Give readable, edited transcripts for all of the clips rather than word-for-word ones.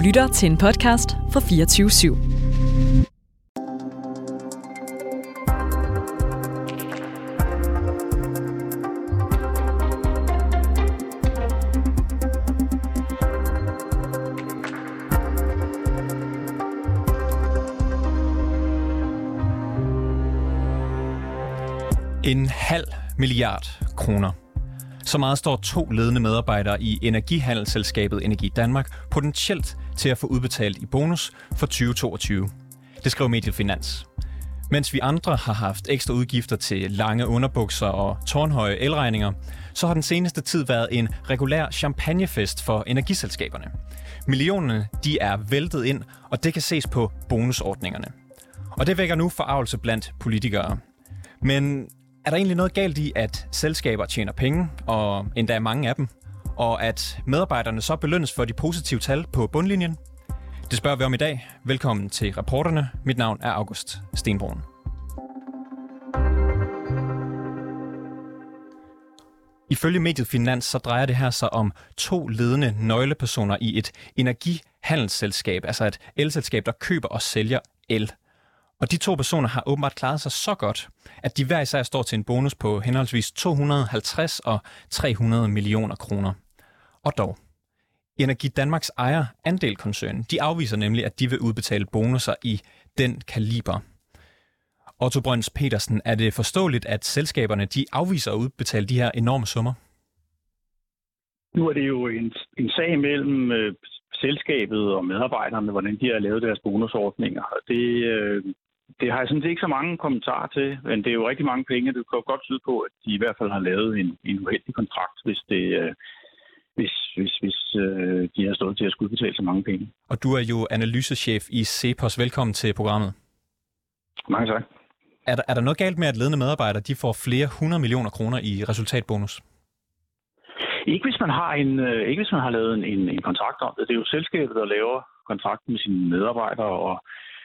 lytter til en podcast fra 24/7. En halv milliard kroner. Så meget står 2 ledende medarbejdere i energihandelsselskabet Energi Danmark potentielt til at få udbetalt i bonus for 2022. Det skriver mediet Finans. Mens vi andre har haft ekstra udgifter til lange underbukser og tårnhøje elregninger, så har den seneste tid været en regulær champagnefest for energiselskaberne. Millionerne, de er væltet ind, og det kan ses på bonusordningerne. Og det vækker nu forargelse blandt politikere. Men er der egentlig noget galt i, at selskaber tjener penge, og endda mange af dem, og at medarbejderne så belønnes for de positive tal på bundlinjen? Det spørger vi om i dag. Velkommen til Reporterne. Mit navn er August Stenbroen. Ifølge mediet Finans, så drejer det her sig om 2 ledende nøglepersoner i et energihandelsselskab, altså et elselskab, der køber og sælger el. Og de 2 personer har åbenbart klaret sig så godt, at de hver især står til en bonus på henholdsvis 250 og 300 millioner kroner. Og dog, Energi Danmarks ejer Andel-koncernen, de afviser nemlig, at de vil udbetale bonusser i den kaliber. Otto Brøns Petersen, er det forståeligt, at selskaberne de afviser at udbetale de her enorme summer? Nu er det jo en sag mellem selskabet og medarbejderne, hvordan de har lavet deres bonusordninger. Det har jeg sådan set ikke så mange kommentarer til, men det er jo rigtig mange penge. Det kan godt tyde på, at de i hvert fald har lavet en uheldig kontrakt, hvis de har stået til at skulle betale så mange penge. Og du er jo analysechef i Cepos. Velkommen til programmet. Mange tak. Er der noget galt med, at ledende medarbejdere de får flere 100 millioner kroner i resultatbonus? Ikke hvis man har lavet en kontrakt om det. Det er jo selskabet, der laver kontrakten med sine medarbejdere, og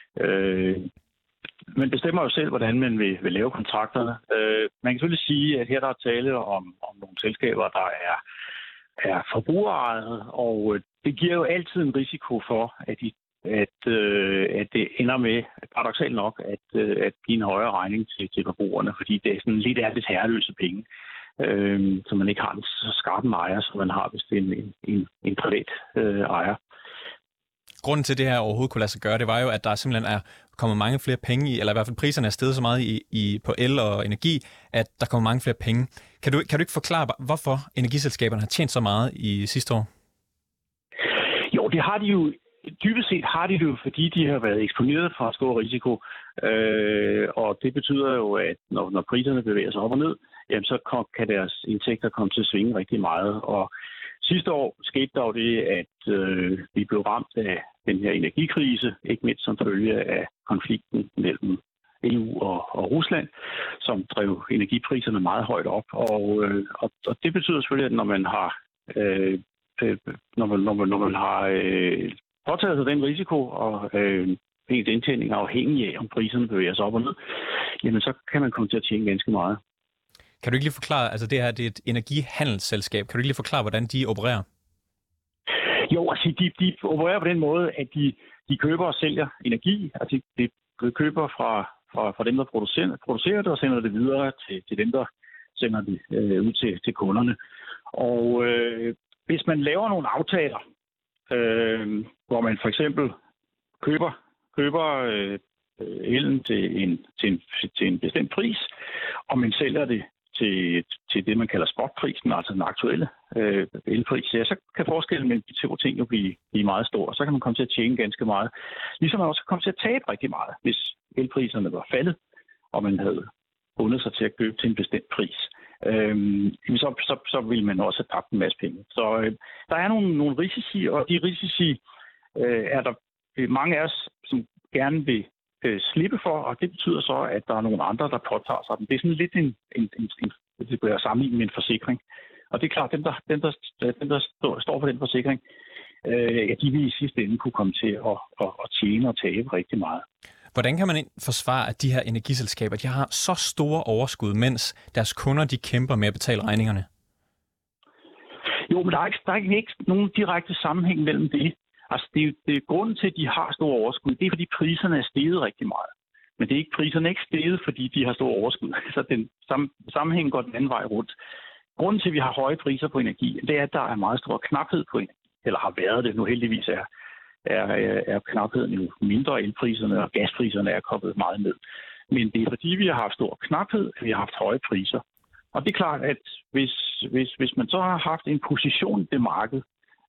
man bestemmer jo selv, hvordan man vil lave kontrakterne. Man kan selvfølgelig sige, at her der er tale om nogle selskaber, der er forbrugerejet, og det giver jo altid en risiko for, at det ender med, paradoksalt nok, at give en højere regning til forbrugerne, fordi det er sådan lidt herreløse penge, så man ikke har en så skarp ejer, som man har, hvis det er en privat ejer. Grunden til det her overhovedet kunne lade sig gøre, det var jo, at der simpelthen er kommet mange flere penge i, eller i hvert fald priserne er steget så meget på el og energi, at der kommer mange flere penge. Kan du ikke forklare, hvorfor energiselskaberne har tjent så meget i sidste år? Jo, det har de jo. Dybest set har de det jo, fordi de har været eksponeret for stor risiko. Og det betyder jo, at når priserne bevæger sig op og ned, jamen, så kan deres indtægter komme til at svinge rigtig meget. Og sidste år skete der jo det, at vi blev ramt af den her energikrise, ikke mindst som følge af konflikten mellem EU og Rusland, som drev energipriserne meget højt op. Og det betyder selvfølgelig, at når man har påtaget sig den risiko, og ens indtjening er afhængig af, om priserne bevæger sig op og ned, jamen så kan man komme til at tjene ganske meget. Kan du ikke lige forklare, altså det her det er et energihandelsselskab, kan du ikke lige forklare, hvordan de opererer? Jo, altså de opererer på den måde, at de køber og sælger energi, altså de køber fra dem, der producerer det, og sender det videre til dem, der sender det ud til kunderne. Og hvis man laver nogle aftaler, hvor man for eksempel køber elen til en bestemt pris, og man sælger det til det, man kalder spotprisen, altså den aktuelle elpris, ja, så kan forskellen mellem de 2 ting jo blive meget stor, og så kan man komme til at tjene ganske meget. Ligesom man også kan komme til at tabe rigtig meget, hvis elpriserne var faldet, og man havde bundet sig til at købe til en bestemt pris. Så vil man også have tabt en masse penge. Så der er nogle risici, og de risici er der mange af os, som gerne vil slippe for, og det betyder så, at der er nogle andre, der påtager sig dem. Det er sådan lidt det bliver sammenlignet med en forsikring. Og det er klart, dem der står på den forsikring, de vil i sidste ende kunne komme til at tjene og tabe rigtig meget. Hvordan kan man forsvare, at de her energiselskaber de har så store overskud, mens deres kunder de kæmper med at betale regningerne? Jo, men der er ikke nogen direkte sammenhæng mellem det Altså, det er grunden til, at de har store overskud. Det er, fordi priserne er steget rigtig meget. Men det er ikke, priserne er ikke steget, fordi de har store overskud. Så den sammenhæng går den anden vej rundt. Grunden til, at vi har høje priser på energi, det er, at der er meget stor knaphed på energi. Eller har været det. Nu heldigvis er knapheden jo mindre, elpriserne og gaspriserne er kommet meget ned. Men det er, fordi vi har haft stor knaphed, at vi har haft høje priser. Og det er klart, at hvis man så har haft en position i det marked,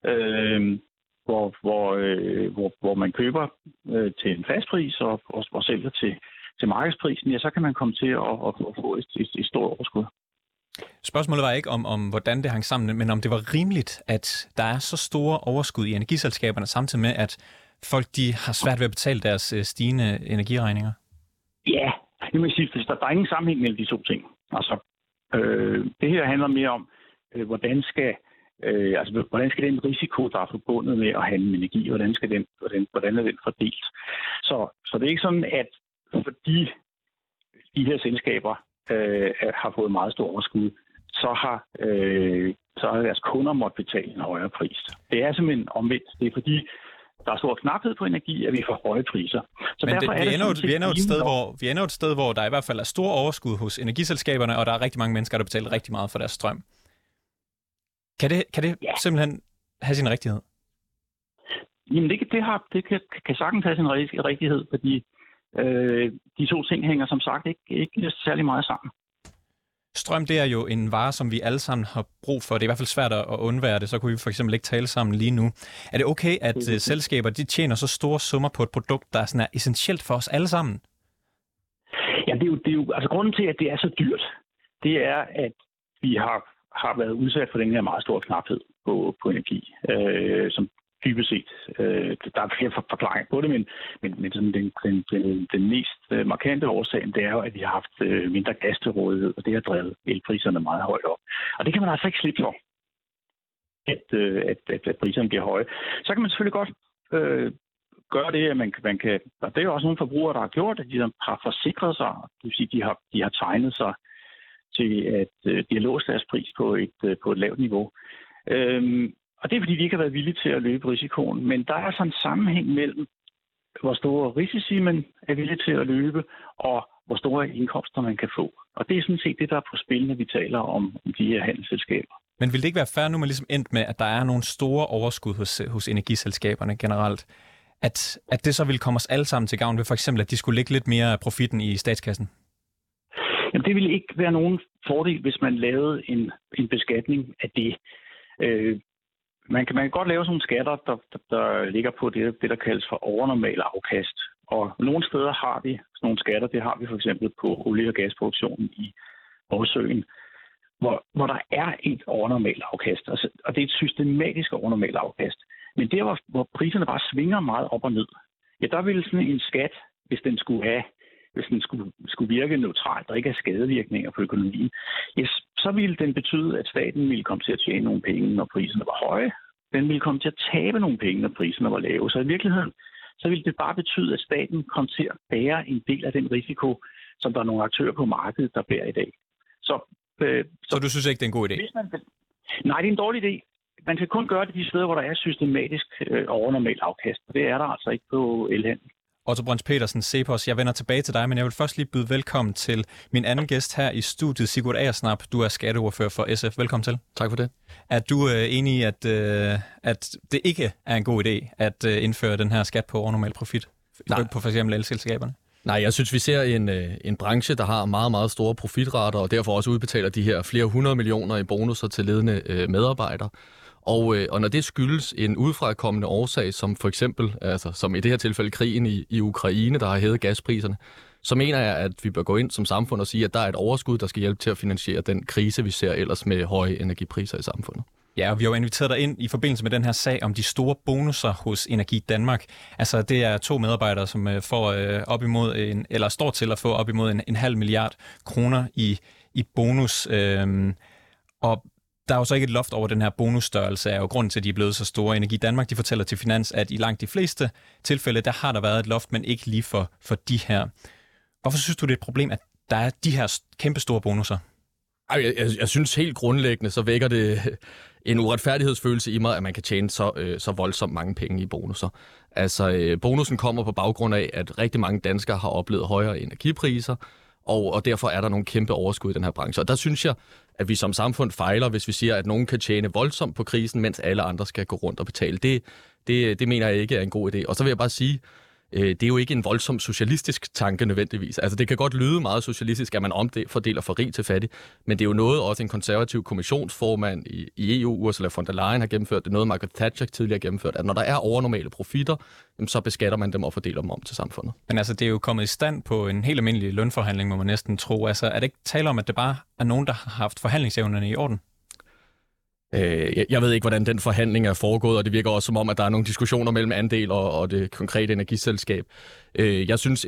hvor man køber til en fast pris og sælger til markedsprisen, ja, så kan man komme til at få et stort overskud. Spørgsmålet var ikke om hvordan det hang sammen, men om det var rimeligt, at der er så store overskud i energiselskaberne, samtidig med, at folk de har svært ved at betale deres stigende energiregninger. Ja, det må jeg sige, der er ingen sammenhæng mellem de to ting. Altså, det her handler mere om, hvordan skal den risiko, der er forbundet med at handle med energi, hvordan er den fordelt. Så det er ikke sådan, at fordi de her selskaber har fået meget stor overskud, så har deres kunder måttet betale en højere pris. Det er simpelthen omvendt. Det er fordi, der er stor knaphed på energi, at vi får høje priser. Så men derfor vi ender et sted, hvor der i hvert fald er stor overskud hos energiselskaberne, og der er rigtig mange mennesker, der betaler rigtig meget for deres strøm. Kan det simpelthen have sin rigtighed? Jamen, det kan sagtens have sin rigtighed, fordi de to ting hænger som sagt ikke særlig meget sammen. Strøm, det er jo en vare, som vi alle sammen har brug for. Det er i hvert fald svært at undvære det, så kunne vi for eksempel ikke tale sammen lige nu. Er det okay, at selskaber de tjener så store summer på et produkt, der sådan er essentielt for os alle sammen? Ja, det er jo altså grunden til, at det er så dyrt, det er, at vi har været udsat for den her meget store knaphed på energi, som dybest set, der er flere forklaringer på det, men sådan den mest markante årsag, det er jo, at vi har haft mindre gas til rådighed, og det har drevet elpriserne meget højt op. Og det kan man altså ikke slippe for, at priserne bliver høje. Så kan man selvfølgelig godt gøre det, at man kan, og det er jo også nogle forbrugere, der har gjort, at de har forsikret sig, det vil sige, de har tegnet sig til, at de har låst deres pris på et lavt niveau. Og det er, fordi de ikke har været villige til at løbe risikoen. Men der er sådan en sammenhæng mellem, hvor store risici man er villig til at løbe, og hvor store indkomster man kan få. Og det er sådan set det, der er på spil, når vi taler om de her handelsselskaber. Men vil det ikke være fair, nu man ligesom endt med, at der er nogle store overskud hos energiselskaberne generelt, at det så vil komme os alle sammen til gavn ved for eksempel, at de skulle lægge lidt mere af profitten i statskassen? Jamen, det ville ikke være nogen fordel, hvis man lavede en beskatning af det. Man kan godt lave sådan nogle skatter, der ligger på det, der kaldes for overnormal afkast. Og nogle steder har vi sådan nogle skatter. Det har vi for eksempel på olie- og gasproduktionen i Nordsøen, hvor der er et overnormal afkast. Altså, og det er et systematisk overnormal afkast. Men der, hvor priserne bare svinger meget op og ned, ja, der ville sådan en skat, hvis den skulle virke neutralt og ikke have skadevirkninger på økonomien, yes, så ville den betyde, at staten ville komme til at tjene nogle penge, når priserne var høje. Den ville komme til at tabe nogle penge, når priserne var lave. Så i virkeligheden, så ville det bare betyde, at staten kom til at bære en del af den risiko, som der er nogle aktører på markedet, der bærer i dag. Så du synes ikke, det er en god idé? Nej, det er en dårlig idé. Man kan kun gøre det de steder, hvor der er systematisk overnormal afkast. Det er der altså ikke på elhandel. Otto Brøns Petersen, CEPOS, jeg vender tilbage til dig, men jeg vil først lige byde velkommen til min anden gæst her i studiet, Sigurd Agersnap. Du er skatteordfører for SF. Velkommen til. Tak for det. Er du enig i, at det ikke er en god idé at indføre den her skat på overnormal profit på for eksempel elselskaberne? Nej, jeg synes, vi ser en branche, der har meget, meget store profitrater, og derfor også udbetaler de her flere 100 millioner i bonusser til ledende medarbejdere. Og når det skyldes en udefrakommende årsag, som for eksempel, altså som i det her tilfælde krigen i Ukraine, der har hævet gaspriserne, så mener jeg, at vi bør gå ind som samfund og sige, at der er et overskud, der skal hjælpe til at finansiere den krise, vi ser ellers med høje energipriser i samfundet. Ja, og vi har jo inviteret dig ind i forbindelse med den her sag om de store bonusser hos Energi Danmark. Altså, det er 2 medarbejdere, som får op imod står til at få op imod en halv milliard kroner i bonus. Og der er jo så ikke et loft over den her bonusstørrelse, er jo grunden til, at de er blevet så store. Energi Danmark, de fortæller til Finans, at i langt de fleste tilfælde, der har der været et loft, men ikke lige for de her. Hvorfor synes du, det er et problem, at der er de her kæmpe store bonusser? Jeg synes helt grundlæggende, så vækker det en uretfærdighedsfølelse i mig, at man kan tjene så voldsomt mange penge i bonusser. Altså, bonusen kommer på baggrund af, at rigtig mange danskere har oplevet højere energipriser, og derfor er der nogle kæmpe overskud i den her branche. Og der synes jeg, at vi som samfund fejler, hvis vi siger, at nogen kan tjene voldsomt på krisen, mens alle andre skal gå rundt og betale. Det mener jeg ikke er en god idé. Og så vil jeg bare sige, det er jo ikke en voldsom socialistisk tanke nødvendigvis. Altså det kan godt lyde meget socialistisk, at man omfordeler fra rig til fattig, men det er jo noget, også en konservativ kommissionsformand i EU, Ursula von der Leyen, har gennemført. Det er noget, Margaret Thatcher tidligere har gennemført, at når der er overnormale profitter, så beskatter man dem og fordeler dem om til samfundet. Men altså det er jo kommet i stand på en helt almindelig lønforhandling, må man næsten tro. Altså er det ikke tale om, at det bare er nogen, der har haft forhandlingsevnerne i orden? Jeg ved ikke, hvordan den forhandling er foregået, og det virker også som om, at der er nogle diskussioner mellem andel og det konkrete energiselskab. Jeg synes,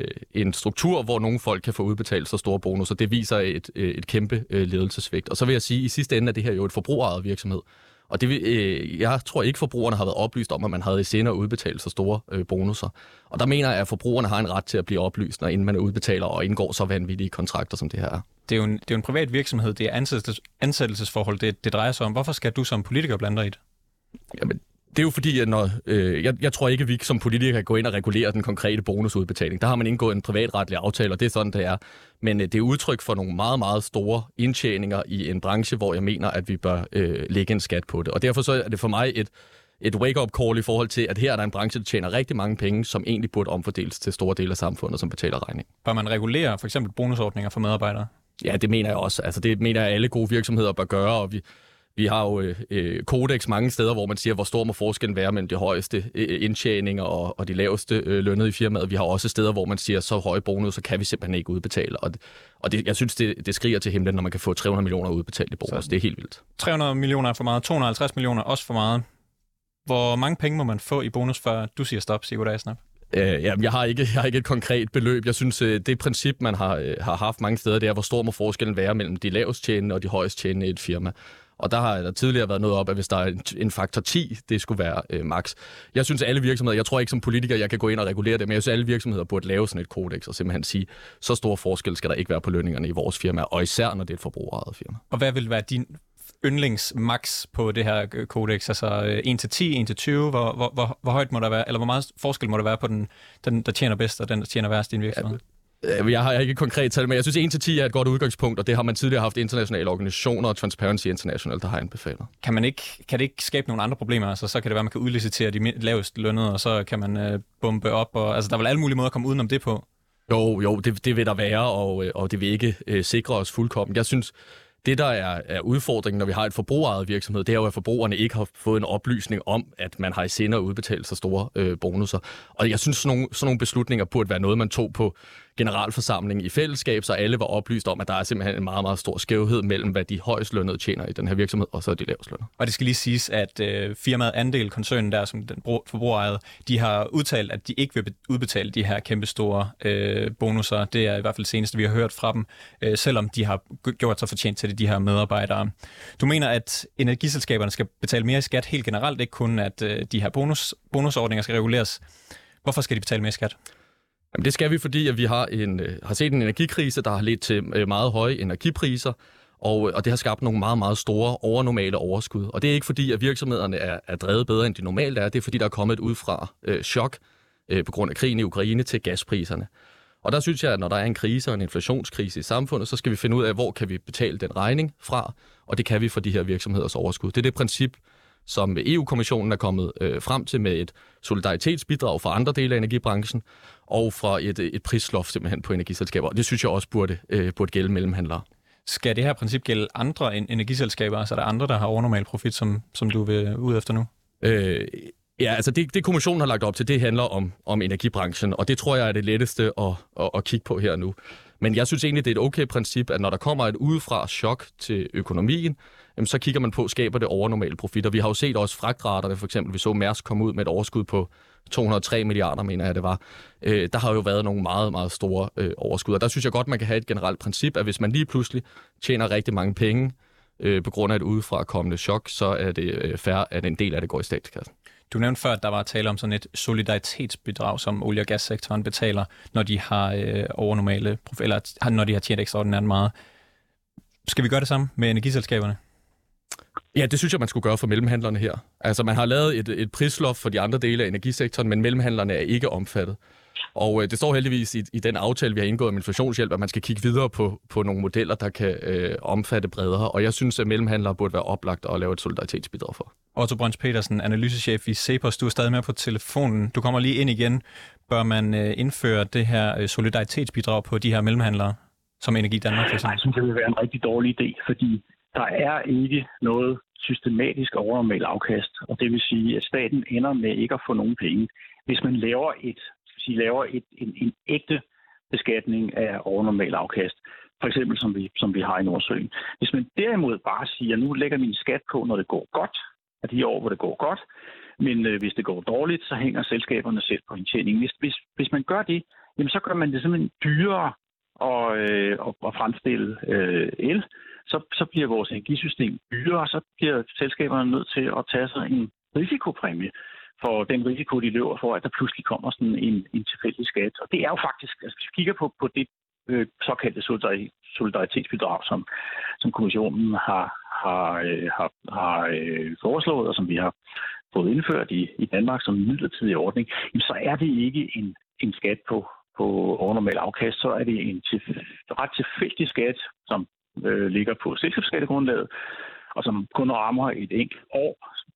en struktur, hvor nogle folk kan få udbetalt så store bonusser, det viser et kæmpe ledelsesvigt. Og så vil jeg sige, at i sidste ende er det her jo et forbrugerejet virksomhed. Og jeg tror ikke, forbrugerne har været oplyst om, at man havde i sinde at udbetale så store bonusser. Og der mener jeg, at forbrugerne har en ret til at blive oplyst, inden man udbetaler og indgår så vanvittige kontrakter, som det her er. Det er jo en privat virksomhed, det er ansættelsesforhold, det drejer sig om. Hvorfor skal du som politiker blande dig i det? Jamen, det er jo fordi, at jeg tror ikke, at vi som politikere kan gå ind og regulere den konkrete bonusudbetaling. Der har man indgået en privatretlig aftale, og det er sådan, det er. Men det er udtryk for nogle meget, meget store indtjeninger i en branche, hvor jeg mener, at vi bør lægge en skat på det. Og derfor så er det for mig et wake-up call i forhold til, at her er der en branche, der tjener rigtig mange penge, som egentlig burde omfordeles til store dele af samfundet, som betaler regning. Bør man regulere for eksempel bonusordninger for medarbejdere? Ja, det mener jeg også. Altså, det mener jeg, alle gode virksomheder bør gøre, og vi har jo kodex mange steder, hvor man siger, hvor stor må forskellen være mellem de højeste indtjeninger og de laveste lønnede i firmaet. Vi har også steder, hvor man siger, så høje bonus, så kan vi simpelthen ikke udbetale. Og jeg synes, det skriger til himlen, når man kan få 300 millioner udbetalt i bonus. Så det er helt vildt. 300 millioner er for meget, 250 millioner også for meget. Hvor mange penge må man få i bonus, før du siger stop, Sigurd Agersnap? Jeg har ikke et konkret beløb. Jeg synes, det princip, man har haft mange steder, det er, hvor stor må forskellen være mellem de lavest tjenende og de højst tjenende i et firma. Og der har der tidligere været noget op, at hvis der er en faktor 10, det skulle være max. Jeg synes, alle virksomheder, jeg tror ikke som politiker, jeg kan gå ind og regulere det, men jeg synes, alle virksomheder burde lave sådan et kodex og simpelthen sige, så stor forskel skal der ikke være på lønningerne i vores firma, og især når det er et forbrugerejet firma. Og hvad vil være din yndlingsmax på det her kodex? Altså 1-10, 1-20, hvor højt må der være, eller hvor meget forskel må der være på den der tjener bedst, og den, der tjener værst i en virksomhed? Jeg har ikke et konkret tal, men jeg synes 1-10 er et godt udgangspunkt, og det har man tidligere haft internationale organisationer og Transparency International, der har anbefalet. Kan det ikke skabe nogle andre problemer? Altså, så kan det være, at man kan udlicitere de lavest lønnede, og så kan man bombe op. Og, altså, der er vel alle mulige måder at komme udenom det på? Jo, det vil der være, og det vil ikke sikre os fuldkommen. Jeg synes, det, der er udfordringen, når vi har et forbrugerejet virksomhed, det er jo, at forbrugerne ikke har fået en oplysning om, at man har i sinde at udbetale så store bonusser. Og jeg synes, sådan nogle beslutninger burde være noget, man tog på generalforsamlingen i fællesskab, så alle var oplyst om, at der er simpelthen en meget, meget stor skævhed mellem, hvad de højst lønnede tjener i den her virksomhed, og så de lavest lønnede. Og det skal lige siges, at firmaet Andel, koncernen der, som den forbrugerejede, de har udtalt, at de ikke vil udbetale de her kæmpe store bonusser. Det er i hvert fald det seneste, vi har hørt fra dem, selvom de har gjort sig fortjent til det, de her medarbejdere. Du mener, at energiselskaberne skal betale mere i skat helt generelt, ikke kun at de her bonusordninger skal reguleres. Hvorfor skal de betale mere i skat? Jamen, det skal vi, fordi at vi har set en energikrise, der har ledt til meget høje energipriser, og det har skabt nogle meget, meget store overnormale overskud. Og det er ikke fordi, at virksomhederne er drevet bedre, end de normalt er. Det er fordi, der er kommet et udefra chok på grund af krigen i Ukraine til gaspriserne. Og der synes jeg, at når der er en krise og en inflationskrise i samfundet, så skal vi finde ud af, hvor kan vi betale den regning fra, og det kan vi for de her virksomheders overskud. Det er det princip, som EU-kommissionen er kommet frem til med et solidaritetsbidrag fra andre dele af energibranchen, og fra et prisloft simpelthen på energiselskaber. Og det synes jeg også burde gælde mellemhandlere. Skal det her princip gælde andre end energiselskaber? Altså er der andre, der har overnormal profit, som du vil ud efter nu? Ja, altså det kommissionen har lagt op til, det handler om energibranchen, og det tror jeg er det letteste at kigge på her nu. Men jeg synes egentlig, det er et okay princip, at når der kommer et udefra chok til økonomien, så kigger man på, skaber det overnormale profitter. Vi har jo set også fragtraterne, for eksempel, vi så Mærsk komme ud med et overskud på 203 milliarder, mener jeg det var. Der har jo været nogle meget, meget store overskud, og der synes jeg godt, man kan have et generelt princip, at hvis man lige pludselig tjener rigtig mange penge på grund af et udefra kommende chok, så er det fair, at en del af det går i statskassen. Du nævnte før, at der var tale om sådan et solidaritetsbidrag, som olie- og gassektoren betaler, når de har overnormale, eller når de har tjent ekstraordinært meget. Skal vi gøre det samme med energiselskaberne? Ja, det synes jeg, man skulle gøre for mellemhandlerne her. Altså, man har lavet et prisloft for de andre dele af energisektoren, men mellemhandlerne er ikke omfattet. Og det står heldigvis i den aftale, vi har indgået med inflationshjælp, at man skal kigge videre på nogle modeller, der kan omfatte bredere. Og jeg synes, at mellemhandlere burde være oplagt at lave et solidaritetsbidrag for. Otto Brøns Petersen, analysechef i Cepos, du er stadig med på telefonen. Du kommer lige ind igen. Bør man indføre det her solidaritetsbidrag på de her mellemhandlere, som Energi Danmark for eksempel? Nej, jeg synes, det vil være en rigtig dårlig idé, fordi der er ikke noget systematisk overnormalt afkast, og det vil sige, at staten ender med ikke at få nogen penge. Hvis man laver en ægte beskatning af overnormalt afkast, for eksempel som vi har i Nordsøen. Hvis man derimod bare siger, at nu lægger min skat på, når det går godt, af de år, hvor det går godt, men hvis det går dårligt, så hænger selskaberne selv på indtjeningen. Hvis man gør det, jamen, så gør man det simpelthen dyrere at fremstille el, så bliver vores energisystem dyrere, og så bliver selskaberne nødt til at tage sig en risikopræmie for den risiko, de løber for, at der pludselig kommer sådan en tilfældig skat. Og det er jo faktisk, altså hvis vi kigger på det såkaldte solidaritetsbidrag, som kommissionen har foreslået, og som vi har fået indført i Danmark som midlertidig ordning, så er det ikke en skat på overnormal afkast, så er det en ret tilfældig skat, som ligger på selskabsskattegrundlaget, og som kun rammer et enkelt år.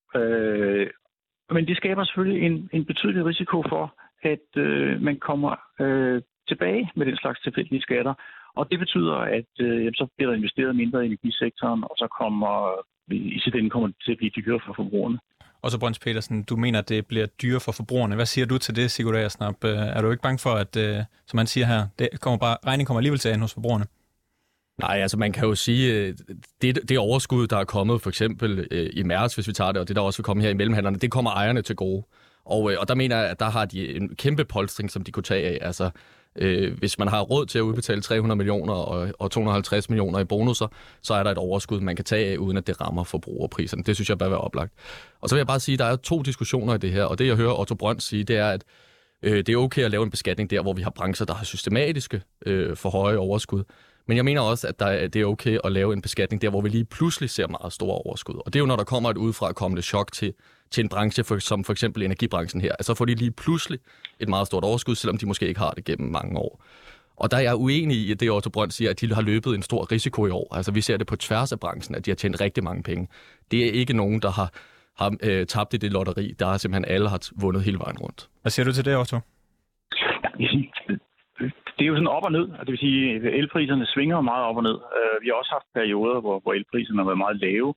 Men det skaber selvfølgelig en betydelig risiko for, at man kommer tilbage med den slags tilfældige skatter, og det betyder, at så bliver der investeret mindre i energisektoren, og så kommer det til at blive dyrere for forbrugerne. Og så Brøns Petersen, du mener, at det bliver dyrere for forbrugerne. Hvad siger du til det, Sigurd Agersnap? Er du ikke bange for, at, som man siger her, regningen kommer alligevel til at ende hos forbrugerne? Nej, altså man kan jo sige, det overskud, der er kommet for eksempel i marts, hvis vi tager det, og det der også vil komme her i mellemhandlerne, det kommer ejerne til gode. Og der mener jeg, at der har de en kæmpe polstring, som de kunne tage af. Altså, hvis man har råd til at udbetale 300 millioner og 250 millioner i bonusser, så er der et overskud, man kan tage af, uden at det rammer forbrugerpriserne. Det synes jeg bør være oplagt. Og så vil jeg bare sige, at der er 2 diskussioner i det her, og det jeg hører Otto Brøns sige, det er, at det er okay at lave en beskatning der, hvor vi har brancher, der har systematiske for høje overskud. Men jeg mener også, at det er okay at lave en beskatning der, hvor vi lige pludselig ser meget store overskud. Og det er jo, når der kommer et udefrakommende chok til en branche, som for eksempel energibranchen her. Altså får de lige pludselig et meget stort overskud, selvom de måske ikke har det gennem mange år. Og der er jeg uenig i, at det Otto Brøns siger, at de har løbet en stor risiko i år. Altså vi ser det på tværs af branchen, at de har tjent rigtig mange penge. Det er ikke nogen, der har tabt i det lotteri. Der er simpelthen alle har vundet hele vejen rundt. Hvad siger du til det, Otto? Det er jo sådan op og ned, og det vil sige, at elpriserne svinger meget op og ned. Vi har også haft perioder, hvor elpriserne har været meget lave.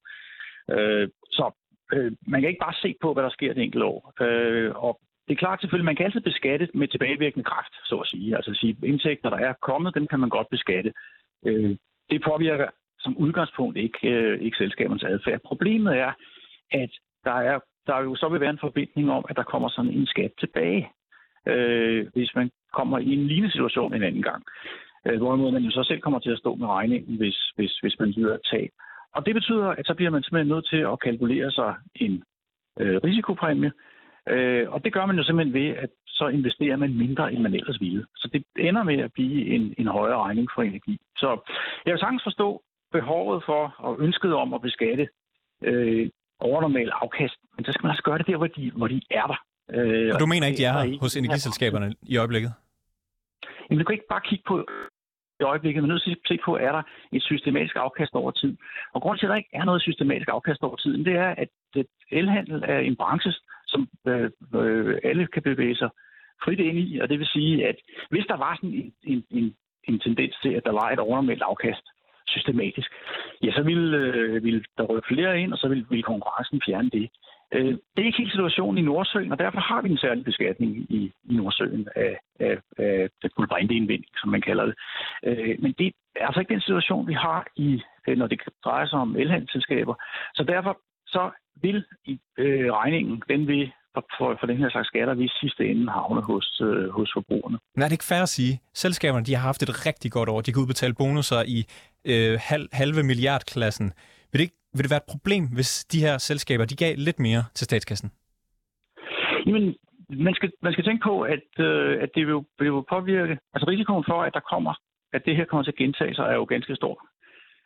Så man kan ikke bare se på, hvad der sker det enkelte år. Og det er klart selvfølgelig, man kan altid beskatte med tilbagevirkende kraft, så at sige. Altså at sige, indtægter, der er kommet, dem kan man godt beskatte. Det påvirker som udgangspunkt ikke selskabernes adfærd. Problemet er, at der jo så vil være en forventning om, at der kommer sådan en skat tilbage, hvis man kommer i en lignende situation en anden gang. Hvorimod man jo så selv kommer til at stå med regningen, hvis man lider et tab. Og det betyder, at så bliver man simpelthen nødt til at kalkulere sig en risikopræmie. Og det gør man jo simpelthen ved, at så investerer man mindre, end man ellers ville. Så det ender med at blive en højere regning for energi. Så jeg vil sagtens forstå behovet for og ønsket om at beskatte overnormal afkast. Men så skal man også gøre det der, hvor de er der. Og du mener ikke, de er her hos energiselskaberne i øjeblikket? Jamen, du kan ikke bare kigge på i øjeblikket, men nødt til at se på, er der et systematisk afkast over tid. Og grunden til, at der ikke er noget systematisk afkast over tiden, det er, at elhandel er en branche, som alle kan bevæge sig frit ind i. Og det vil sige, at hvis der var sådan en tendens til, at der var et overnormalt afkast systematisk, ja, så ville der rykke flere ind, og så ville konkurrencen fjerne det. Det er ikke helt situationen i Nordsøen, og derfor har vi en særlig beskatning i Nordsøen af kulbrinteindvinding, som man kalder det. Men det er altså ikke den situation, vi har når det drejer sig om elhandelsselskaber. Så derfor så vil regningen, den vil for den her slags skatter, vi i sidste ende havne hos forbrugerne. Men er det ikke fair at sige? Selskaberne, de har haft et rigtig godt år. De kan udbetale bonusser i halve milliardklassen. Vil det være et problem, hvis de her selskaber, de gav lidt mere til statskassen? Jamen, man skal tænke på, at det vil påvirke, altså risikoen for, at det her kommer til at gentage sig, er jo ganske stor.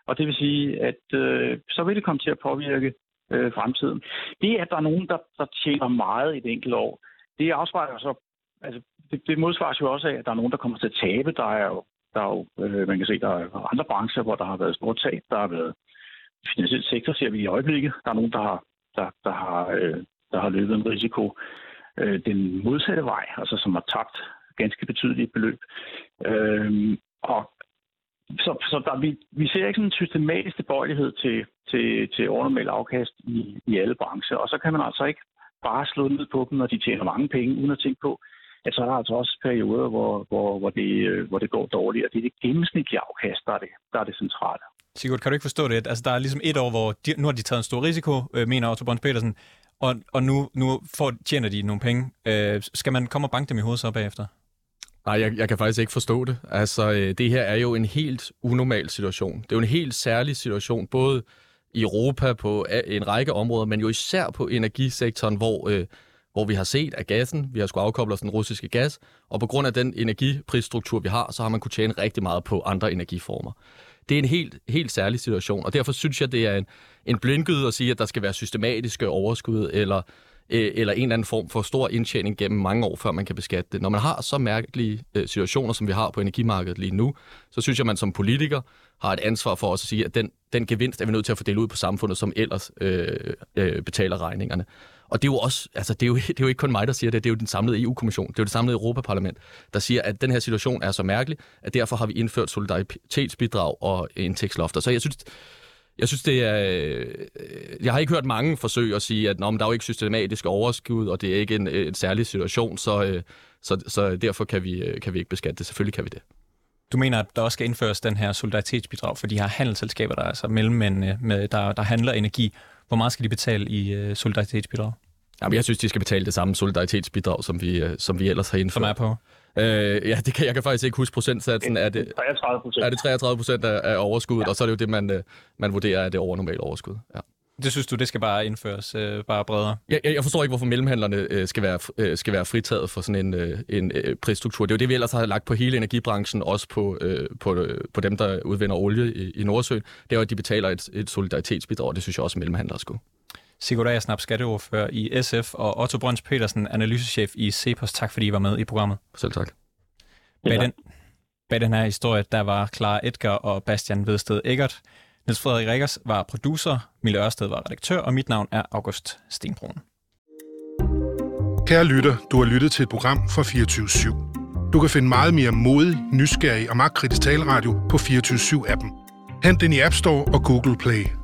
Og det vil sige, at så vil det komme til at påvirke fremtiden. Det, at der er nogen, der tjener meget i et enkelt år, det afspejler så, altså det modsvares jo også af, at der er nogen, der kommer til at tabe. Der er jo man kan se, der er andre brancher, hvor der har været store tab. Der har været finansiel sektor, ser vi i øjeblikket. Der er nogen, der har løbet en risiko den modsatte vej, altså som har tabt ganske betydelige beløb. Så vi ser ikke sådan en systematisk tilbøjelighed til overnormal afkast i alle brancher, og så kan man altså ikke bare slå ned på dem, når de tjener mange penge, uden at tænke på, at så er der altså også perioder, hvor det går dårligt, og det er det gennemsnitlige afkast, der er det centrale. Sigurd, kan du ikke forstå det? Altså, der er ligesom et år, hvor nu har de taget en stor risiko, mener Otto Brøns Petersen, og nu tjener de nogle penge. Skal man komme og banke dem i hovedet så bagefter? Nej, jeg kan faktisk ikke forstå det. Altså, det her er jo en helt unormal situation. Det er jo en helt særlig situation, både i Europa på en række områder, men jo især på energisektoren, hvor vi har set, at gassen, vi har skulle afkoble os den russiske gas, og på grund af den energiprisstruktur, vi har, så har man kunnet tjene rigtig meget på andre energiformer. Det er en helt særlig situation, og derfor synes jeg, det er en blindgyde at sige, at der skal være systematiske overskud eller en eller anden form for stor indtjening gennem mange år, før man kan beskatte det. Når man har så mærkelige situationer, som vi har på energimarkedet lige nu, så synes jeg, at man som politiker har et ansvar for også at sige, at den gevinst er vi nødt til at fordele ud på samfundet, som ellers betaler regningerne. Og det er jo også, altså det er jo ikke kun mig, der siger det, det er jo den samlede EU-kommission, det er jo det samlede Europaparlament, der siger, at den her situation er så mærkelig, at derfor har vi indført solidaritetsbidrag og indtægtslofter. Så jeg synes det er... Jeg har ikke hørt mange forsøg at sige, at der er jo ikke systematisk overskud, og det er ikke en særlig situation, så derfor kan vi ikke beskatte det. Selvfølgelig kan vi det. Du mener, at der også skal indføres den her solidaritetsbidrag for de her handelsselskaber, der er altså mellemmænd, der handler energi. Hvor meget skal de betale i solidaritetsbidrag? Jamen, jeg synes, de skal betale det samme solidaritetsbidrag, som vi ellers har indført. Som er på? Jeg kan faktisk ikke huske procentsatsen. Er det 33% af overskuddet, ja. Og så er det jo det, man vurderer er det overnormale overskud. Ja. Det synes du, det skal bare indføres bare bredere? Jeg forstår ikke, hvorfor mellemhandlerne skal være fritaget for sådan en prisstruktur. Det er jo det, vi ellers har lagt på hele energibranchen, også på dem, der udvinder olie i Nordsøen. Det er jo, at de betaler et solidaritetsbidrag, og det synes jeg også, mellemhandlere skulle. Sigurd Agersnap, skatteordfører i SF, og Otto Brøns Petersen, analysechef i CEPOS. Tak fordi I var med i programmet. Selv tak. Bag den her historie, der var Clara Edgar og Bastian Vedsted Eggert. Niels Frederik Rikkers var producer, Mille Ørsted var redaktør, og mit navn er August Stenbrun. Kære lytter, du har lyttet til et program fra 24/7. Du kan finde meget mere modig, nysgerrig og magtkritisk taleradio på 24/7-appen. Hent den i App Store og Google Play.